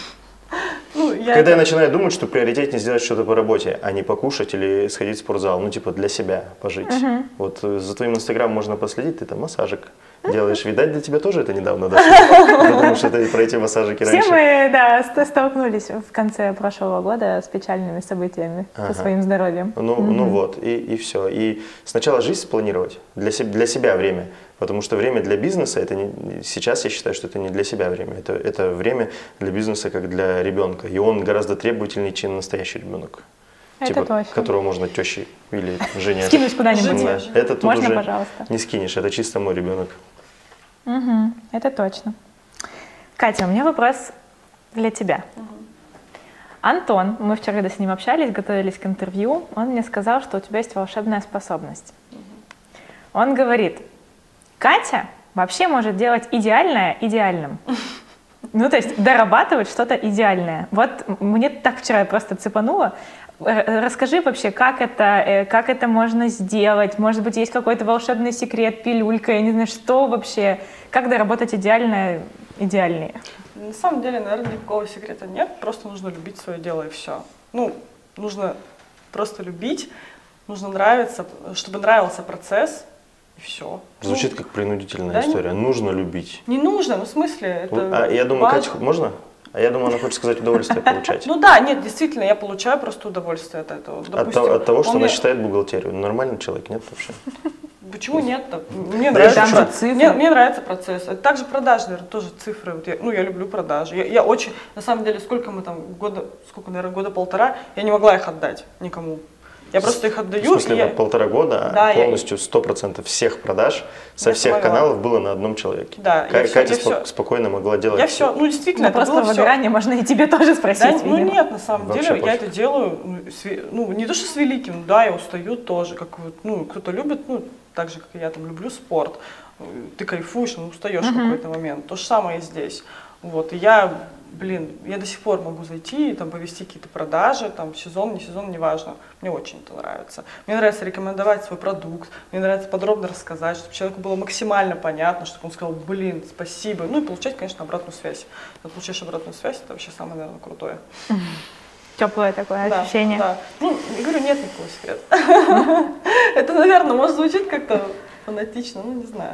Ну, я Когда это... я начинаю думать, что приоритетнее сделать что-то по работе, а не покушать или сходить в спортзал, ну, типа, для себя пожить. Uh-huh. Вот за твоим инстаграмом можно последить, ты там массажик делаешь. Видать, для тебя тоже это недавно дошло, потому что ты про эти массажики раньше. Все мы, да, столкнулись в конце прошлого года с печальными событиями ага. со своим здоровьем. Ну, mm-hmm. ну вот, и, и все. И сначала жизнь спланировать, для, се- для себя время. Потому что время для бизнеса, это не, сейчас я считаю, что это не для себя время. Это, это время для бизнеса, как для ребенка. И он гораздо требовательнее, чем настоящий ребенок. Это типа, точно. Которого можно тещей или жене. Скинуть куда-нибудь. Да. Это тут можно, уже пожалуйста. Не скинешь, это чисто мой ребенок. Угу, это точно. Катя, у меня вопрос для тебя. Угу. Антон, мы вчера, когда с ним общались, готовились к интервью, он мне сказал, что у тебя есть волшебная способность. Угу. Он говорит, Катя вообще может делать идеальное идеальным. Ну, то есть дорабатывать что-то идеальное. Вот мне так вчера просто цепануло. Расскажи вообще, как это, как это можно сделать? Может быть, есть какой-то волшебный секрет, пилюлька, я не знаю, что вообще? Как доработать идеальное идеальнее? На самом деле, наверное, никакого секрета нет. Просто нужно любить свое дело и все. Ну, нужно просто любить, нужно нравиться, чтобы нравился процесс. И все. Звучит ну, как принудительная да, история. Не, нужно любить. Не нужно, ну в смысле, это А я думаю, важно. Катя, можно? А я думаю, она хочет сказать удовольствие получать. Ну да, нет, действительно, я получаю просто удовольствие от этого. Допустим, от, от того, что она мне... считает бухгалтерию. Нормальный человек, нет вообще? Почему нет-то? Мне нравится, мне, мне нравится процесс. Это также продажи, наверное, тоже цифры. Вот я, ну, я люблю продажи. Я, я очень, на самом деле, сколько мы там, года, сколько, наверное, года полтора, я не могла их отдать никому. Я просто их отдаю. В смысле, и я... вот полтора года да, полностью сто процентов всех продаж со я всех помогла. каналов было на одном человеке. Да, К- я Катя все, я спо- все... спокойно могла делать Я все. все, ну действительно, Ну, это просто было все... выгорание можно и тебе тоже спросить. Да, ну видимо. нет, на самом Вообще деле, я пофиг. это делаю, ну, с ве- ну, не то, что с великим, да, я устаю тоже, как вот, ну, кто-то любит, ну, так же, как и я, там, люблю спорт, ты кайфуешь, но устаешь в какой-то момент, то же самое и здесь, вот, и я, блин, я до сих пор могу зайти и там повести какие-то продажи, там, сезон, не сезон, неважно, мне очень это нравится, мне нравится рекомендовать свой продукт, мне нравится подробно рассказать, чтобы человеку было максимально понятно, чтобы он сказал, блин, спасибо, ну, и получать, конечно, обратную связь, когда получаешь обратную связь, это вообще самое, наверное, крутое. Теплое такое Да, ощущение. да. Ну, я говорю, нет никакого секрета. Это, наверное, может звучит как-то фанатично, ну, не знаю.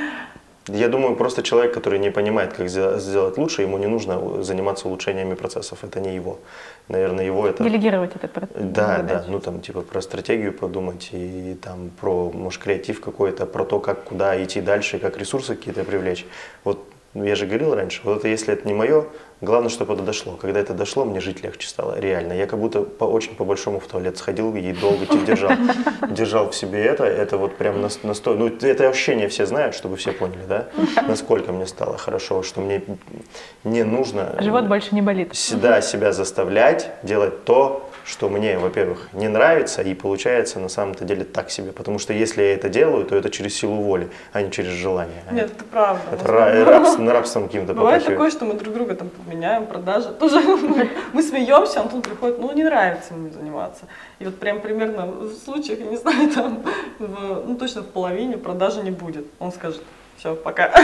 Я думаю, просто человек, который не понимает, как сдел- сделать лучше, ему не нужно заниматься улучшениями процессов. Это не его. Наверное, его это... Делегировать этот процесс. Да, да, ну там типа про стратегию подумать и там про, может, креатив какой-то, про то, как, куда идти дальше, как ресурсы какие-то привлечь. Вот ну, я же говорил раньше, вот это если это не мое, главное, чтобы это дошло. Когда это дошло, мне жить легче стало, реально. Я как будто по, очень по-большому в туалет сходил и долго типа, держал, держал в себе это, это вот прям настой. Ну, это ощущение все знают, чтобы все поняли, да, насколько мне стало хорошо, что мне не нужно... Живот больше не болит. Всегда себя заставлять делать то, что мне, во-первых, не нравится и получается на самом-то деле так себе. Потому что если я это делаю, то это через силу воли, а не через желание. Нет, это правда. Это ра- раб, на рабством каким-то Бывает попахивает. такое, что мы друг друга там меняем, продажи. Тоже мы смеемся, а он тут приходит, ну, не нравится мне заниматься. И вот прям примерно в случаях, я не знаю, там, в, ну, точно в половине продажи не будет. Он скажет, все, пока.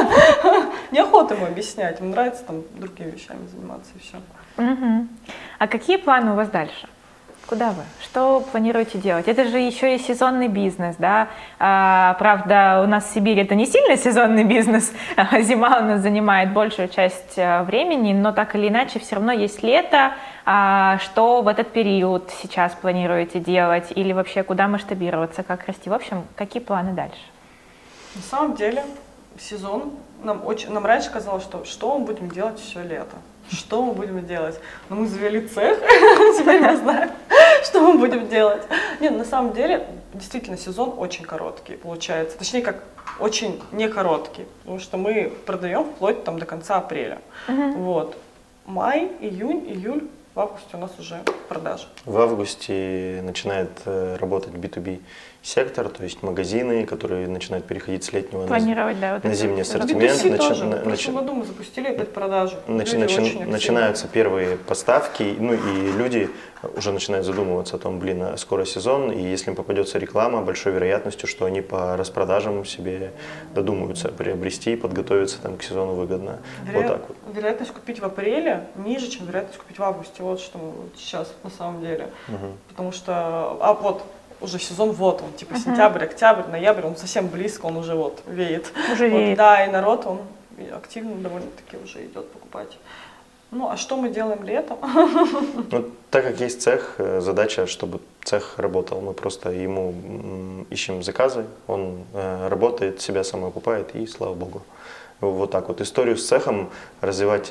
Неохота ему объяснять, ему нравится там другими вещами заниматься и все. Мгм. А какие планы у вас дальше? Куда вы? Что планируете делать? Это же еще и сезонный бизнес, да? А, правда, у нас в Сибири это не сильно сезонный бизнес. Зима у нас занимает большую часть а, времени, но так или иначе все равно есть лето. А, что в этот период сейчас планируете делать? Или вообще куда масштабироваться, как расти? В общем, какие планы дальше? На самом деле, сезон, нам, очень, нам раньше казалось, что что мы будем делать все лето. Что мы будем делать? Но мы завели цех, теперь мы знаем, что мы будем делать. Нет, на самом деле, действительно, сезон очень короткий получается. Точнее, как очень не короткий, потому что мы продаем вплоть там, до конца апреля. Вот. Май, июнь, июль, в августе у нас уже продажи. В августе начинает э, работать би ту би сектор, то есть магазины, которые начинают переходить с летнего на, Планировать, да, вот на это зимний вот. ассортимент. би ту си Начи- тоже. на- В прошлом начи- году мы запустили опять продажи. Начи- Люди начи- очень активны. начинаются первые поставки, ну и люди уже начинают задумываться о том, блин, а скоро сезон, и если им попадется реклама, большой вероятностью, что они по распродажам себе додумаются приобрести и подготовиться там, к сезону выгодно. Веро... Вот так вот. Вероятность купить в апреле ниже, чем вероятность купить в августе. Вот что мы вот сейчас на самом деле. Мгм. Потому что, а вот, уже сезон вот он, типа сентябрь, октябрь, ноябрь, он совсем близко, он уже вот веет. Уже Вот, веет. да, и народ, он активно довольно-таки уже идет покупать. Ну, а что мы делаем летом? Ну, так как есть цех, э, задача, чтобы цех работал. Мы просто ему м, ищем заказы, он э, работает, себя сам окупает, и слава богу. Вот так вот. Историю с цехом развивать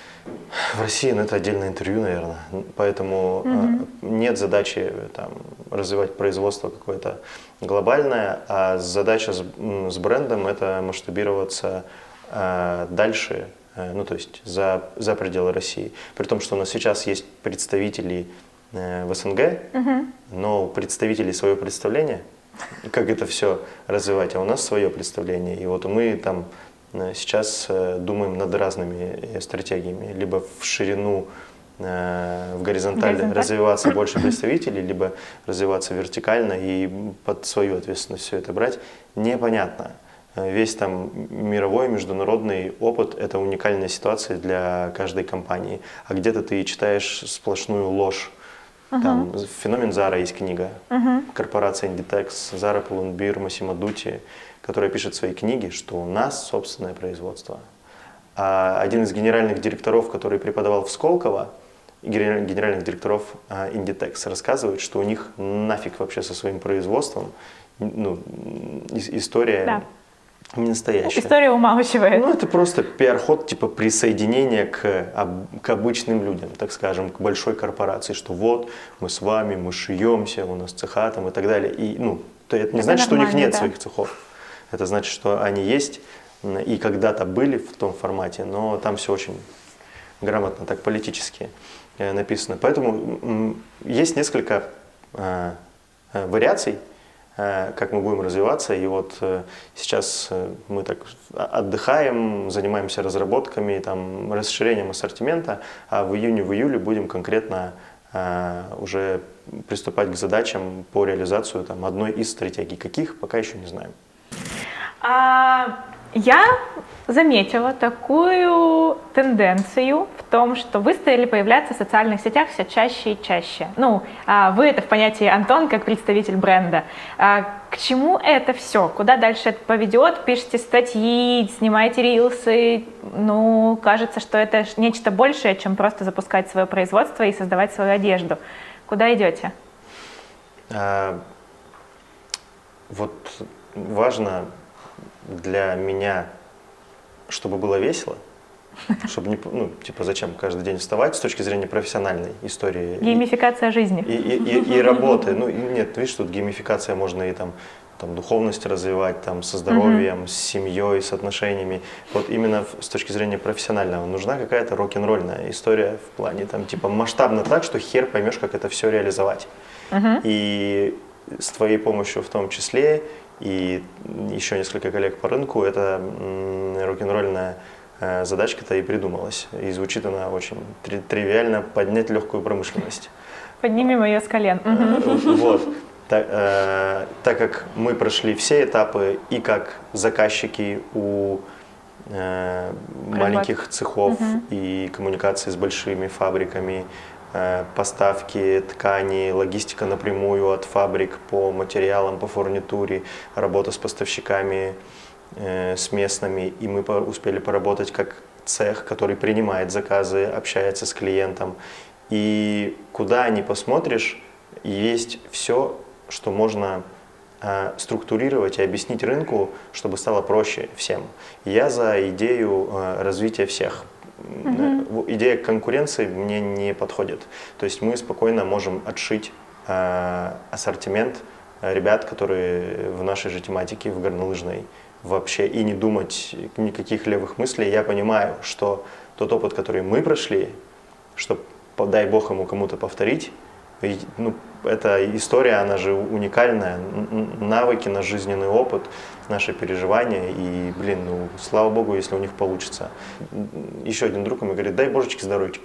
в России, ну, это отдельное интервью, наверное. Поэтому э, нет задачи э, там, развивать производство какое-то глобальное, а задача с, м, с брендом – это масштабироваться э, дальше, э, ну, то есть за, за пределы России. При том, что у нас сейчас есть представители э, в СНГ, но у представителей свое представление, как это все развивать, а у нас свое представление. И вот мы там э, сейчас э, думаем над разными э, стратегиями, либо в ширину, э, в горизонталь Горизонталь. развиваться больше представителей, либо развиваться вертикально и под свою ответственность все это брать, непонятно. Э, Весь там мировой, международный опыт – это уникальная ситуация для каждой компании. А где-то ты читаешь сплошную ложь. Там феномен Зара есть книга, корпорация Inditex, Zara, Pull&Bear, Massimo Dutti, которая пишет свои книги, что у нас собственное производство. А один из генеральных директоров, который преподавал в Сколково, генеральных генеральных директоров а, Inditex, рассказывает, что у них нафиг вообще со своим производством, ну, ис- история Да. Не настоящая. История умалчивает. Ну, это просто пиар-ход, типа присоединение к, к обычным людям, так скажем, к большой корпорации, что вот, мы с вами, мы шьемся, у нас цеха там и так далее. И, ну, то это не это значит, что у них нет да. своих цехов. Это значит, что они есть и когда-то были в том формате, но там все очень грамотно, так политически написано. Поэтому есть несколько э, вариаций, как мы будем развиваться. И вот сейчас мы так отдыхаем, занимаемся разработками, там, расширением ассортимента, а в июне, в июле будем конкретно уже приступать к задачам по реализации там, одной из стратегий. Каких, пока еще не знаем. А, я заметила такую тенденцию в том, что вы стали появляться в социальных сетях все чаще и чаще. Ну, вы это в понятии Антон, как представитель бренда. К чему это все? Куда дальше это поведет? Пишете статьи, снимаете рилсы. Ну, кажется, что это нечто большее, чем просто запускать свое производство и создавать свою одежду. Куда идете? А, вот важно для меня, чтобы было весело, чтобы не, ну, типа, зачем каждый день вставать с точки зрения профессиональной истории. Геймификация и, жизни. И, и, и, и работы. Ну, и нет, видишь, тут геймификация можно и там, там духовность развивать, там, со здоровьем, mm-hmm. с семьей, с отношениями. Вот именно с точки зрения профессионального нужна какая-то рок-н-ролльная история в плане, там, типа, масштабно так, что хер поймешь, как это все реализовать. Mm-hmm. И с твоей помощью в том числе, и еще несколько коллег по рынку, эта рок-н-ролльная задачка-то и придумалась. И звучит она очень три- тривиально – поднять легкую промышленность. Поднимем ее с колен. Вот. Так, э, так как мы прошли все этапы и как заказчики у э, маленьких цехов угу. и коммуникации с большими фабриками, э, поставки ткани, логистика напрямую от фабрик по материалам, по фурнитуре, работа с поставщиками, э, с местными, и мы по- успели поработать как цех, который принимает заказы, общается с клиентом. И куда ни посмотришь, есть все, что можно э, структурировать и объяснить рынку, чтобы стало проще всем. Я за идею э, развития всех. Mm-hmm. Идея конкуренции мне не подходит. То есть мы спокойно можем отшить э, ассортимент ребят, которые в нашей же тематике, в горнолыжной, вообще и не думать никаких левых мыслей. Я понимаю, что тот опыт, который мы прошли, что, дай бог ему кому-то повторить, и, ну, эта история, она же уникальная, навыки, наш жизненный опыт, наши переживания, и, блин, ну, слава богу, если у них получится. Еще один друг мне говорит: дай божечки здоровечка.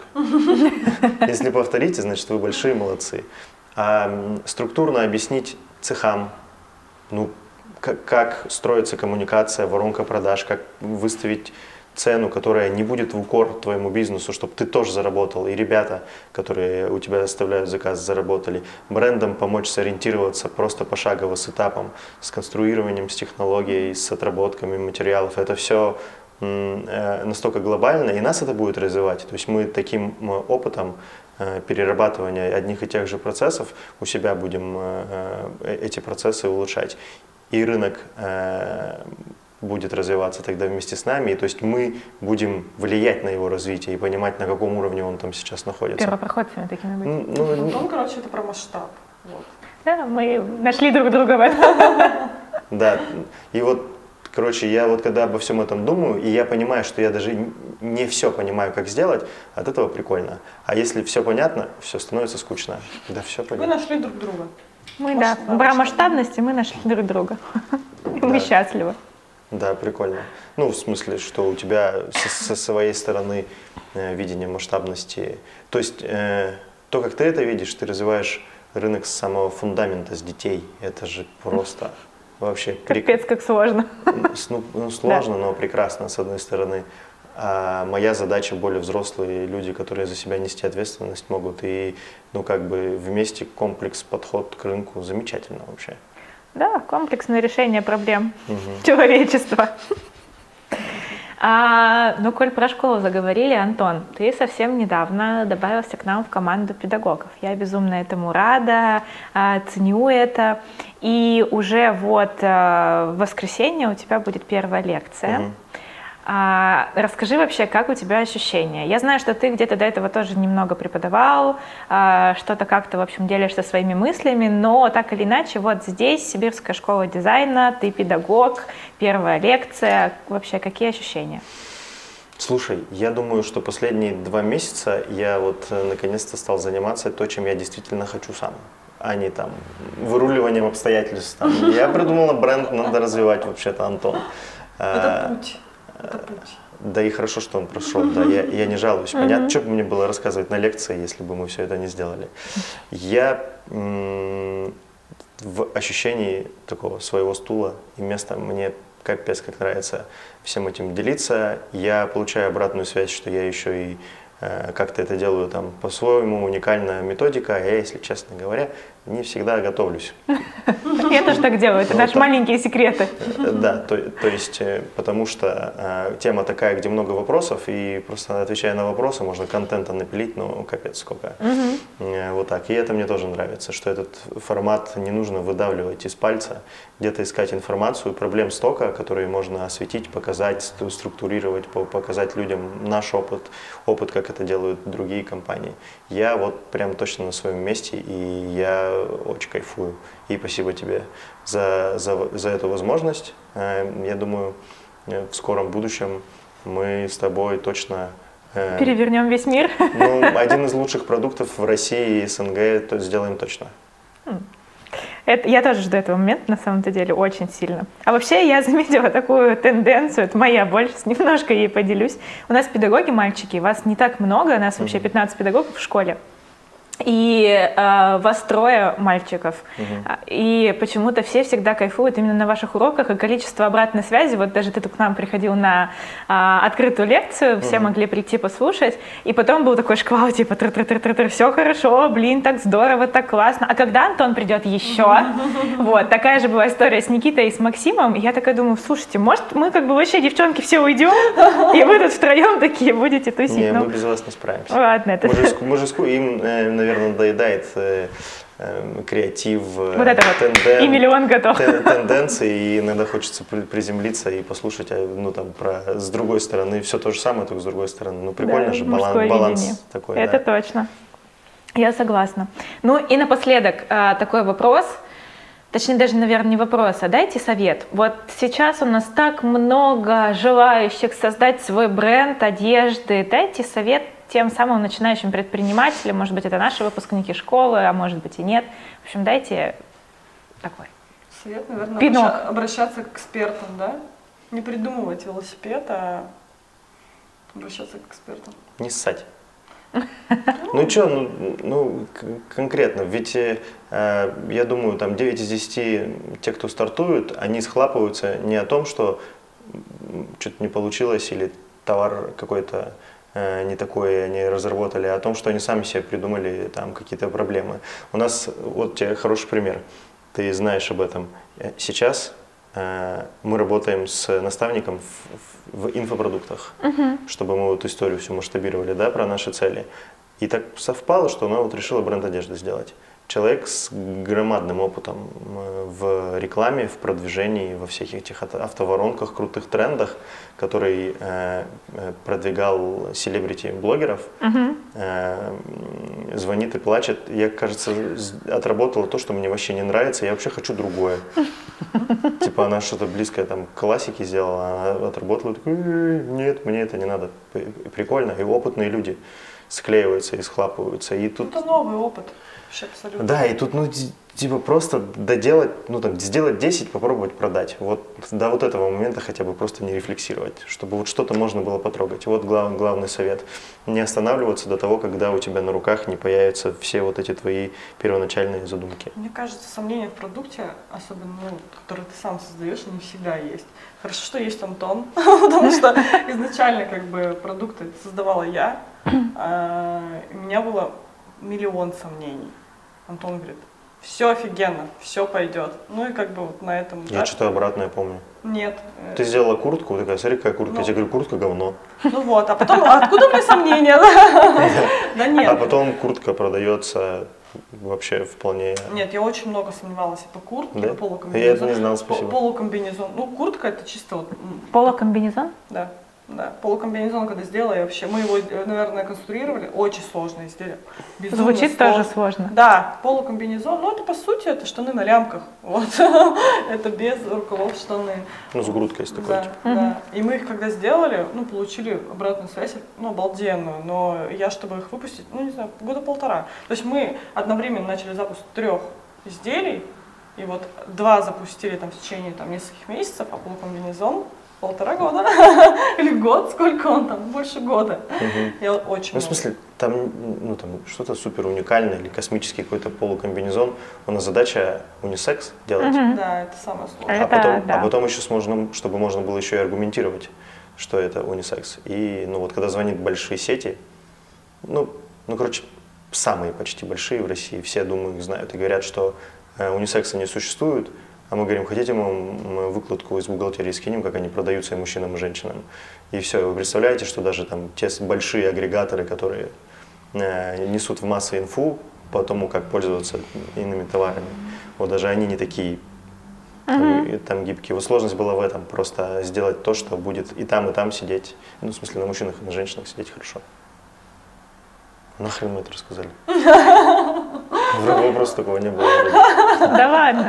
Если повторите, значит, вы большие молодцы. А структурно объяснить цехам, ну, как, как строится коммуникация, воронка продаж, как выставить цену, которая не будет в укор твоему бизнесу, чтобы ты тоже заработал, и ребята, которые у тебя оставляют заказ, заработали. Брендам помочь сориентироваться просто пошагово с этапом, с конструированием, с технологией, с отработками материалов. Это все настолько глобально, и нас это будет развивать. То есть мы таким опытом перерабатывания одних и тех же процессов у себя будем эти процессы улучшать. И рынок будет развиваться тогда вместе с нами, и то есть мы будем влиять на его развитие и понимать, на каком уровне он там сейчас находится. Первопроходцами такими быть. Ну, ну, ну, короче, это про масштаб. Вот. Да, мы нашли друг друга в этом. Да, и вот, короче, я вот когда обо всем этом думаю, и я понимаю, что я даже не все понимаю, как сделать, от этого прикольно. А если все понятно, все становится скучно. Да, все понятно. Вы нашли друг друга. Мы, да, про масштабности мы нашли друг друга. И мы счастливы. Да, прикольно. Ну, в смысле, что у тебя со, со своей стороны э, видение масштабности. То есть, э, то, как ты это видишь, ты развиваешь рынок с самого фундамента, с детей. Это же просто вообще... Капец, как сложно. Ну, ну сложно, да. Но прекрасно, с одной стороны. А моя задача — более взрослые люди, которые за себя нести ответственность могут. И, ну, как бы вместе комплекс, подход к рынку замечательно вообще. Да, комплексное решение проблем угу. человечества. А, ну, коль про школу заговорили, Антон, ты совсем недавно добавился к нам в команду педагогов. Я безумно этому рада, ценю это. И уже вот в воскресенье у тебя будет первая лекция. Угу. А, расскажи вообще, как у тебя ощущения? Я знаю, что ты где-то до этого тоже немного преподавал, а, что-то как-то, в общем, делишься своими мыслями, но так или иначе, вот здесь Сибирская школа дизайна, ты педагог, первая лекция. Вообще, какие ощущения? Слушай, я думаю, что последние два месяца я вот наконец-то стал заниматься то, чем я действительно хочу сам, а не там выруливанием обстоятельств. Там. Я придумала бренд, надо развивать вообще-то, Антон. Это путь. Это путь. Да и хорошо, что он прошел, да, я, я не жалуюсь. Понятно, что бы мне было рассказывать на лекции, если бы мы все это не сделали. Я м- в ощущении такого своего стула и места мне капец как нравится всем этим делиться. Я получаю обратную связь, что я еще и э, как-то это делаю там по-своему, уникальная методика. Я, если честно говоря, не всегда готовлюсь. Я тоже так делаю, это наши маленькие секреты. Да, то, то есть, потому что э, тема такая, где много вопросов, и просто отвечая на вопросы, можно контента напилить, ну, капец сколько. Угу. Э, вот так. И это мне тоже нравится, что этот формат не нужно выдавливать из пальца, где-то искать информацию, проблем столько, которые можно осветить, показать, структурировать, показать людям наш опыт, опыт, как это делают другие компании. Я вот прям точно на своем месте, и я очень кайфую. И спасибо тебе за, за, за эту возможность. Я думаю, в скором будущем мы с тобой точно... Перевернем весь мир. Ну, один из лучших продуктов в России и СНГ то сделаем точно. Это, я тоже жду этого момента, на самом-то деле, очень сильно. А вообще я заметила такую тенденцию, это моя больше, немножко ей поделюсь. У нас педагоги мальчики, вас не так много, у нас вообще пятнадцать педагогов в школе. И э, вас трое мальчиков, угу. И почему-то все всегда кайфуют именно на ваших уроках, и количество обратной связи, вот даже ты тут к нам приходил на э, открытую лекцию, все угу. могли прийти послушать, и потом был такой шквал, типа, тр-тр-тр-тр, все хорошо, блин, так здорово, так классно, а когда Антон придет еще? Вот, такая же была история с Никитой и с Максимом, и я такая думаю, слушайте, может мы как бы вообще, девчонки, все уйдем, и вы тут втроем такие будете тусить? Не, мы без вас не справимся. Ладно, это... Мужеску им, наверное, наверное, надоедает э, э, креатив, э, вот это вот. Тенден, и миллион готов. Тен, тенденции, и иногда хочется приземлиться и послушать, ну там про с другой стороны все то же самое, только с другой стороны. Ну прикольно, да, же баланс, баланс такой. Это да. точно. Я согласна. Ну и напоследок э, такой вопрос. Точнее, даже, наверное, не вопрос, а дайте совет. Вот сейчас у нас так много желающих создать свой бренд одежды. Дайте совет тем самым начинающим предпринимателям. Может быть, это наши выпускники школы, а может быть и нет. В общем, дайте такой совет, наверное, пинок. Обращаться к экспертам, да? Не придумывать велосипед, а обращаться к экспертам. Не ссать. Ну что, ну, ну конкретно, ведь э, я думаю, там девять из десяти те, кто стартуют, они схлапываются не о том, что что-то не получилось или товар какой-то э, не такой они разработали, а о том, что они сами себе придумали там какие-то проблемы. У нас, вот тебе хороший пример, ты знаешь об этом. Сейчас э, мы работаем с наставником в, в инфопродуктах, uh-huh. чтобы мы эту историю всю масштабировали, да, про наши цели. И так совпало, что она вот решила бренд одежды сделать. Человек с громадным опытом в рекламе, в продвижении, во всех этих автоворонках, крутых трендах, который э, продвигал селебрити-блогеров, uh-huh. э, звонит и плачет. Я, кажется, отработала то, что мне вообще не нравится, я вообще хочу другое. Типа она что-то близкое там к классике сделала, она отработала, такой, нет, мне это не надо. Прикольно, и опытные люди склеиваются и схлапываются. И тут... Это новый опыт. Абсолютно. Да, и тут, ну, типа, просто доделать, ну, там, сделать десять, попробовать продать. Вот до вот этого момента хотя бы просто не рефлексировать, чтобы вот что-то можно было потрогать. Вот глав, главный совет. Не останавливаться до того, когда у тебя на руках не появятся все вот эти твои первоначальные задумки. Мне кажется, сомнения в продукте, особенно, ну, который ты сам создаешь, не всегда есть. Хорошо, что есть Антон, потому что изначально, как бы, продукты создавала я, у меня было миллион сомнений. Антон говорит, все офигенно, все пойдет. Ну и как бы вот на этом. Я что-то обратное помню. Нет. Ты сделала куртку, такая, смотри, какая куртка. Ну, я тебе говорю, куртка говно. Ну вот, а потом, откуда мои сомнения? Да нет. А потом куртка продается вообще вполне... Нет, я очень много сомневалась и по куртке, да? и по полукомбинезону. Я это не знал, спасибо. Полукомбинезон. Ну, куртка это чисто вот... Полукомбинезон? Да. Да, полукомбинезон, когда сделали, вообще, мы его, наверное, конструировали, очень сложное изделие. Безумно Звучит сложно. тоже сложно. Да, полукомбинезон, ну это по сути, это штаны на лямках, вот, это без рукавов штаны. Ну, с грудкой, с такой. Да, да, и мы их когда сделали, ну, получили обратную связь, ну, обалденную, но я, чтобы их выпустить, ну, не знаю, года полтора. То есть мы одновременно начали запуск трех изделий, и вот два запустили там в течение там нескольких месяцев, а полукомбинезон полтора года или год, сколько он там, больше года. Угу. Я очень ну, в смысле, там, ну, там что-то супер уникальное или космический какой-то полукомбинезон, у нас задача унисекс делать. Угу. Да, это самое сложное. А, это, потом, да. а потом еще сможем, чтобы можно было еще и аргументировать, что это унисекс. И, ну, вот когда звонят большие сети, ну, ну, короче, самые почти большие в России, все, думаю, их знают и говорят, что э, унисекса не существует. А мы говорим, хотите, мы, мы выкладку из бухгалтерии скинем, как они продаются и мужчинам, и женщинам. И все, вы представляете, что даже там те большие агрегаторы, которые э, несут в массы инфу по тому, как пользоваться иными товарами, вот даже они не такие uh-huh. там гибкие. Вот сложность была в этом, просто сделать то, что будет и там, и там сидеть, ну, в смысле, на мужчинах и на женщинах сидеть хорошо. Нахрен мы это рассказали? Вопроса такого не было. Да ладно.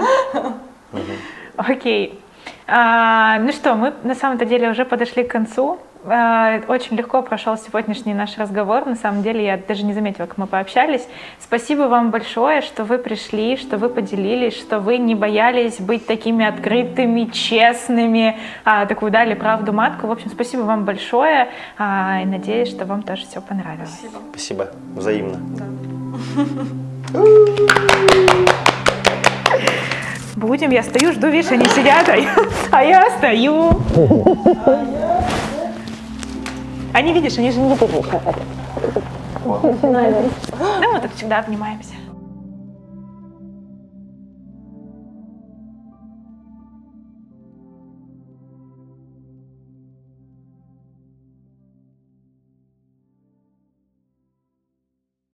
Окей. А, ну что, мы на самом-то деле уже подошли к концу. А, очень легко прошел сегодняшний наш разговор. На самом деле я даже не заметила, как мы пообщались. Спасибо вам большое, что вы пришли, что вы поделились, что вы не боялись быть такими открытыми, честными, а, такую дали правду матку. В общем, спасибо вам большое. А, и надеюсь, что вам тоже все понравилось. Спасибо. Спасибо. Взаимно. Да. Будем, я стою, жду, видишь, они сидят, а я, а я стою. Они, видишь, они же не выпадут. Да, мы так всегда обнимаемся.